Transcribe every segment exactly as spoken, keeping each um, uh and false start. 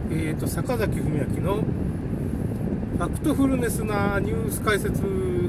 えーと、坂崎文明のファクトフルネスなニュース解説。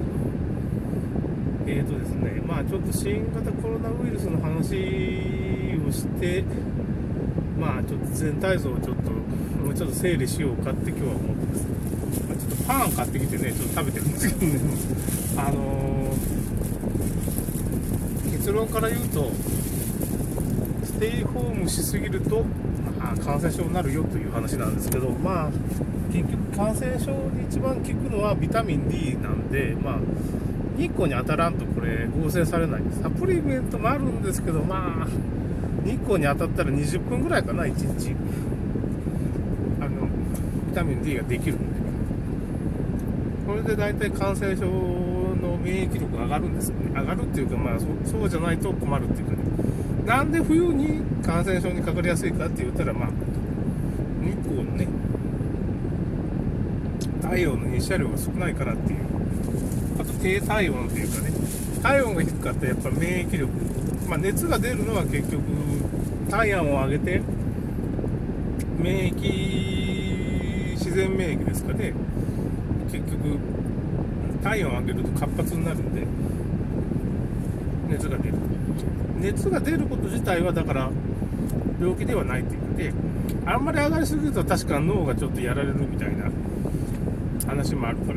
えーとですね、まあちょっと新型コロナウイルスの話をして、まあちょっと全体像をちょっと、もうちょっと整理しようかって今日は思ってます。まあ、ちょっとパン買ってきてね、ちょっと食べてるんですけどね、あのー、結論から言うと、ステイホームしすぎると、まあ、感染症になるよという話なんですけど、まあ結局感染症に一番効くのはビタミン ディー なんで、まあ日光に当たらんとこれ合成されない。サプリメントもあるんですけど、まあ日光に当たったらにじゅっぷんぐらいかな、いちにちあのビタミン ディー ができるんで、これで大体感染症の免疫力が上がるんですよね。上がるっていうか、まあ そ, そうじゃないと困るっていうかね。なんで冬に感染症にかかりやすいかって言ったら、まあ日光のね、太陽の日射量が少ないからっていう、あと低体温っていうかね、体温が低かったらやっぱ免疫力、まあ、熱が出るのは結局体温を上げて免疫、自然免疫ですかね、結局体温を上げると活発になるんで熱が出る。熱が出ること自体はだから病気ではないっていうかで、あんまり上がりすぎると確か脳がちょっとやられるみたいな話もあるから、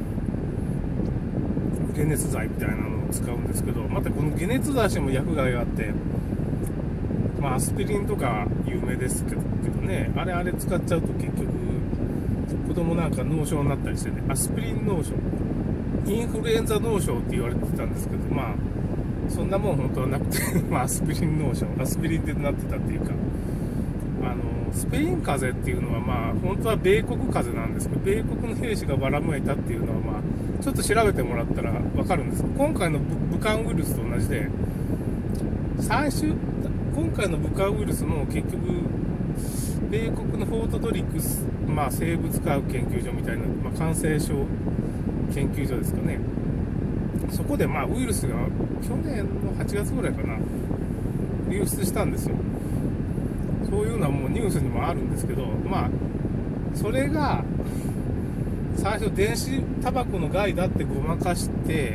解熱剤みたいなのを使うんですけど、またこの解熱剤も薬害があって、まあアスピリンとか有名ですけどね、あれあれ使っちゃうと結局子供なんか脳症になったりしてね、アスピリン脳症、インフルエンザ脳症って言われてたんですけど、まあそんなもん本当はなくてまあアスピリン脳症、アスピリンでなってたっていうか、あのスペイン風邪っていうのはまあ本当は米国風邪なんですけど、米国の兵士がばらまいたっていうのはまあちょっと調べてもらったら分かるんですけど、今回の武漢ウイルスと同じで、最終今回の武漢ウイルスも結局米国のフォートドリックス、まあ、生物科学研究所みたいな、まあ、感染症研究所ですかね、そこでまあウイルスが去年のはちがつぐらいかな流出したんですよ。そういうのはもうニュースにもあるんですけど、まあそれが最初電子タバコの害だってごまかして、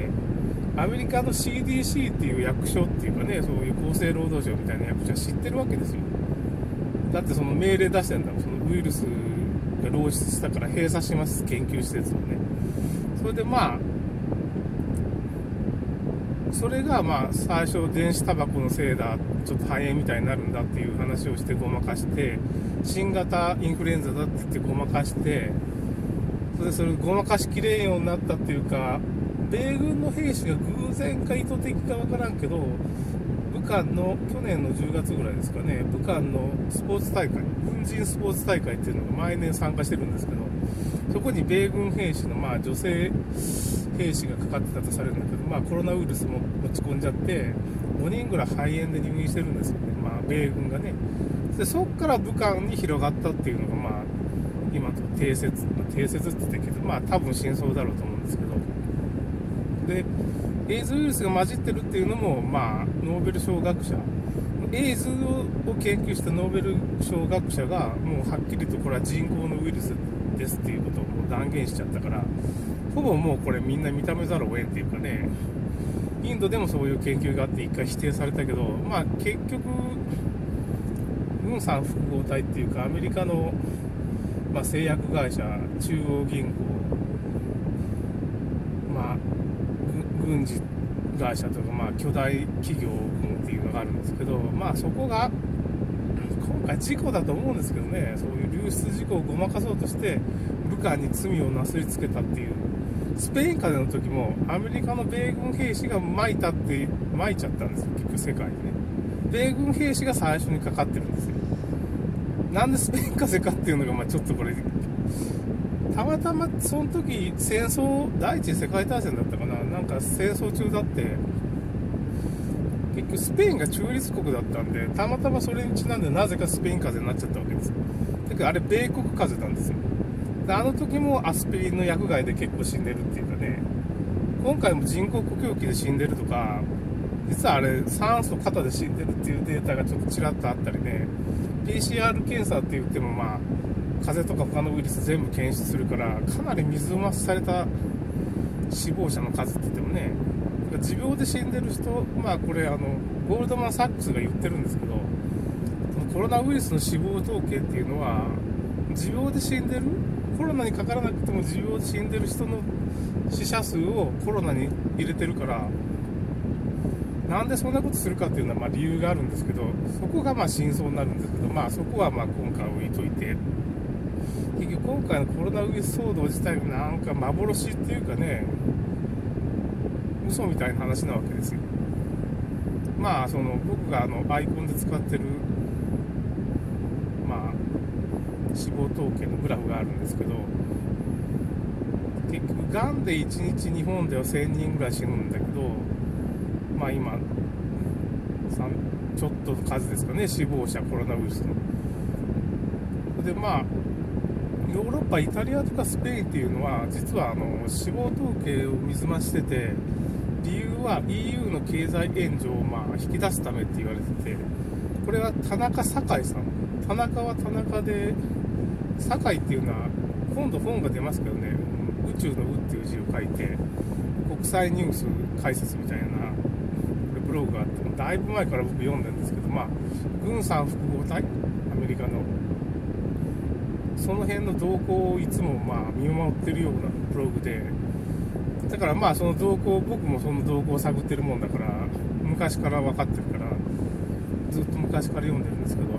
アメリカの シーディーシー っていう役所っていうかね、そういう厚生労働省みたいな役所は知ってるわけですよ。だってその命令出してんだもん、そのウイルスが漏出したから閉鎖します研究施設をね。それでまあそれがまあ最初電子タバコのせいだ、ちょっと肺炎みたいになるんだっていう話をしてごまかして、新型インフルエンザだって言ってごまかして、それでそれごまかしきれんようになったっていうか、米軍の兵士が偶然か意図的かわからんけど、武漢の去年のじゅうがつぐらいですかね、武漢のスポーツ大会、軍人スポーツ大会っていうのが毎年参加してるんですけど、そこに米軍兵士のまあ女性兵士がかかってたとされるんだけど、まあコロナウイルスも持ち込んじゃってごにんぐらい肺炎で入院してるんですよね、まあ米軍がね。でそっから武漢に広がったっていうのがまあ今と定説、まあ、定説って言ってるけど、まあ多分真相だろうと思うんですけど、でエイズウイルスが混じってるっていうのもまあノーベル賞学者、エイズを研究したノーベル賞学者がもうはっきりとこれは人工のウイルスですっていうことをもう断言しちゃったから、ほぼもうこれみんな認めざるを得んっていうかね、インドでもそういう研究があって一回否定されたけど、まあ結局軍産複合体っていうかアメリカの、まあ、製薬会社、中央銀行、まあ軍事会社とか、まあ巨大企業群っていうのがあるんですけど、まあそこが今回事故だと思うんですけどね、そういう流出事故をごまかそうとして武漢に罪をなすりつけたっていう。スペイン風邪の時もアメリカの米軍兵士が撒いたって撒いちゃったんですよ、結局世界にね。米軍兵士が最初にかかってるんですよ。なんでスペイン風邪かっていうのがまあちょっとこれたまたまその時戦争、第一次世界大戦だったかな、なんか戦争中だって、結局スペインが中立国だったんで、たまたまそれにちなんでなぜかスペイン風邪になっちゃったわけですよ。だからあれ米国風邪なんですよ。であの時もアスピリンの薬害で結構死んでるっていうかね、今回も人工呼吸器で死んでるとか、実はあれ酸素肩で死んでるっていうデータがちょっとちらっとあったりね、ピーシーアール 検査って言ってもまあ風邪とか他のウイルス全部検出するから、かなり水増しされた死亡者の数って言ってもね、持病で死んでる人、まあこれあのゴールドマン・サックスが言ってるんですけど、コロナウイルスの死亡統計っていうのは、持病で死んでる、コロナにかからなくても持病で死んでる人の死者数をコロナに入れてるから、なんでそんなことするかっていうのはまあ理由があるんですけど、そこがまあ真相になるんですけど、まあそこはまあ今回置いといて、結局今回のコロナウイルス騒動自体がなんか幻っていうかね、嘘みたいな話なわけですよ。まあその僕があのアイコンで使ってるまあ死亡統計のグラフがあるんですけど、結局がんでいちにち日本ではせんにんぐらい死ぬんだけど、まあ今ちょっとの数ですかね、死亡者コロナウイルスの。でまあヨーロッパ、イタリアとかスペインっていうのは実はあの死亡統計を水増してて、理由は イーユー の経済援助をまあ引き出すためって言われてて、これは田中栄さん、田中は田中で、栄っていうのは今度本が出ますけどね、宇宙の宇っていう字を書いて国際ニュース解説みたいなブログがあって、だいぶ前から僕読んでるんですけど、まあ軍産複合体、アメリカのその辺の動向をいつもまあ見守ってるようなブログで、だからまあその動向、僕もその動向を探ってるもんだから、昔から分かってるから、ずっと昔から読んでるんですけど、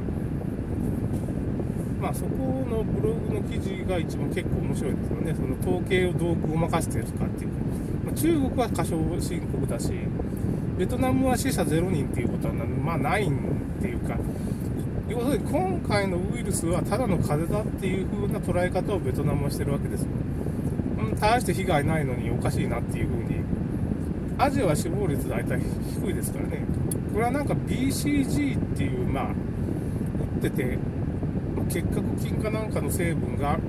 まあそこのブログの記事が一番結構面白いですよね。その統計をどうごまかしてるかっていうか、まあ、中国は過小申告だし、ベトナムは死者ゼロにんっていうことはまあないんっていうか、要するに今回のウイルスはただの風邪だっていう風な捉え方をベトナムはしてるわけですよ。大して被害ないのにおかしいなっていう風に。アジアは死亡率大体低いですからね。これはなんか ビーシージー っていうまあ打ってて結核菌かなんかの成分が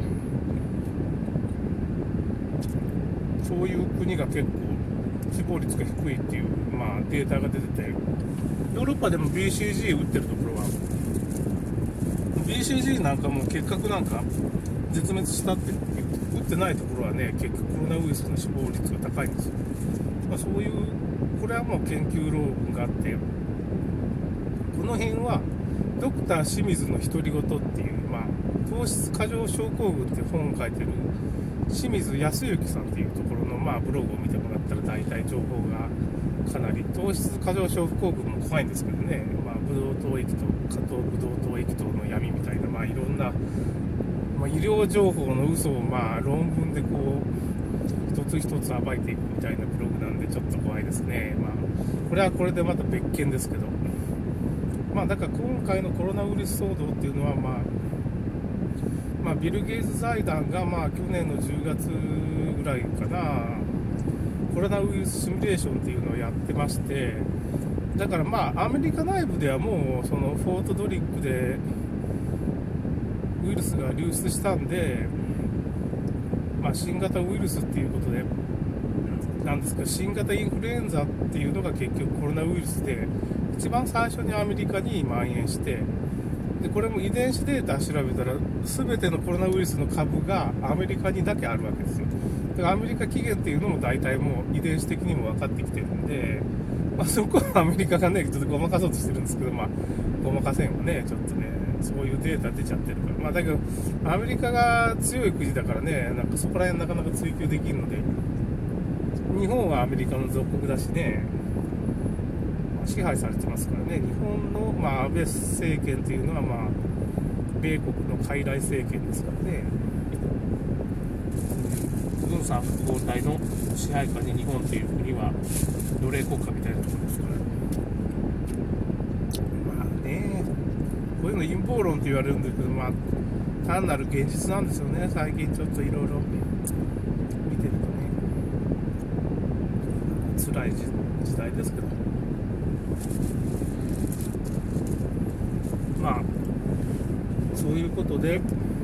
そういう国が結構死亡率が低いっていうまあデータが出てて、ヨーロッパでも ビーシージー 打ってるところは ビーシージー なんかもう結核なんか絶滅したって打ってないところはね、結局コロナウイルスの死亡率が高いんですよ。まあ、そういうこれはもう研究論文があって、この辺はドクター清水の独り言っていう、まあ、糖質過剰症候群っていう本を書いてる清水康之さんっていうところの、まあ、ブログを見てもらったら大体情報がかなり、糖質過剰症候群も怖いんですけどね、まあ、ブドウ糖液糖、加糖ブドウ糖液糖の闇みたいな、まあ、いろんな、まあ、医療情報の嘘をまあ論文でこう一つ一つ暴いていくみたいなブログなんでちょっと怖いですね。まあ、これはこれでまた別件ですけど、まあ、だから今回のコロナウイルス騒動っていうのは、まあまあ、ビル・ゲイツ財団がまあ去年のじゅうがつぐらいかな、コロナウイルスシミュレーションっていうのをやってまして、だからまあアメリカ内部ではもうそのフォートドリックでウイルスが流出したんで、まあ、新型ウイルスっていうことで、なんですか、新型インフルエンザっていうのが結局コロナウイルスで、一番最初にアメリカに蔓延して、でこれも遺伝子データ調べたら、全てのコロナウイルスの株がアメリカにだけあるわけですよ。だからアメリカ起源っていうのも大体もう遺伝子的にも分かってきてるんで、まあ、そこはアメリカがね、ちょっとごまかそうとしてるんですけど、まあ、ごまかせんはね、ちょっとね、そういうデータ出ちゃってるから、まあ、だけど、アメリカが強い国だからね、なんかそこら辺なかなか追求できるので、日本はアメリカの属国だしね、まあ、支配されてますからね、日本の、まあ、安倍政権っていうのは、まあ、米国の傀儡政権ですからね、軍産複合体の支配下に日本っていう国は奴隷国家みたいなところですから、まあね、こういうの陰謀論って言われるんですけど、まあ、単なる現実なんですよね。最近ちょっといろいろ見てるとね、辛い時代ですけど、まあそういうことで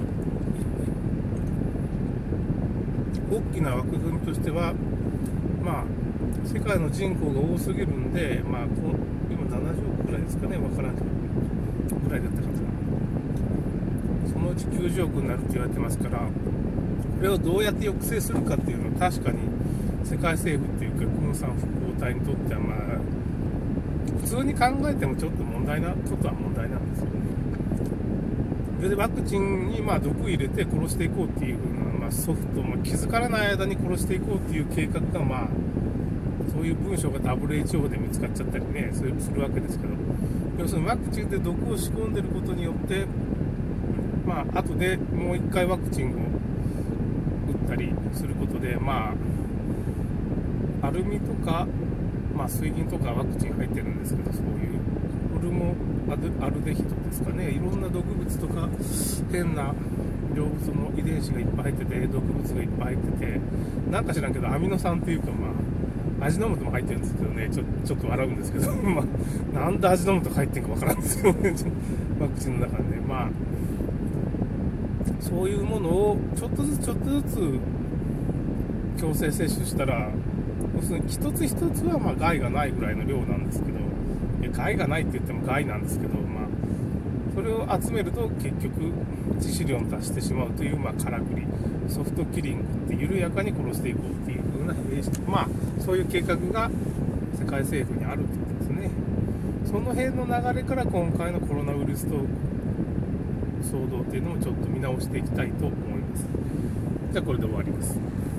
大きな枠組みとしては、まあ世界の人口が多すぎるんで、まあ今ななじゅうおくぐらいですかね、わからんけどぐらいだったかな。そのうちきゅうじゅうおくになると言われてますから、これをどうやって抑制するかっていうのは確かに世界政府っていうか軍産復興体にとっては、まあ普通に考えてもちょっと問題なことは問題なんですよね。でワクチンにまあ毒入れて殺していこうっていう風な、まあ、ソフト、まあ、気づかれない間に殺していこうっていう計画が、まあそういう文章が ダブリューエイチオー で見つかっちゃったりね、それするわけですけど、要するにワクチンで毒を仕込んでることによって、まあ後でもう一回ワクチンを打ったりすることで、まあアルミとか、まあ、水銀とかワクチン入ってるんですけど、そういうホルモアルデヒドですかね、いろんな毒物とか変な動物の遺伝子がいっぱい入ってて、毒物がいっぱい入ってて、なんか知らんけどアミノ酸っていうか、まあ味の素も入ってるんですけどね、ちょちょっと笑うんですけどまあなんで味の素入ってるかわからんですよねワクチンの中でね。まあそういうものをちょっとずつちょっとずつ強制摂取したら、要するに一つ一つはまあ害がないぐらいの量なんですけど、いや害がないって言っても害なんですけど、まあそれを集めると結局致死量に達してしまうという、まあからくり、ソフトキリングって緩やかに殺していこうっていう風な兵士、まあそういう計画が世界政府にあるってことですね。その辺の流れから今回のコロナウイルスと騒動っていうのをちょっと見直していきたいと思います。じゃあこれで終わります。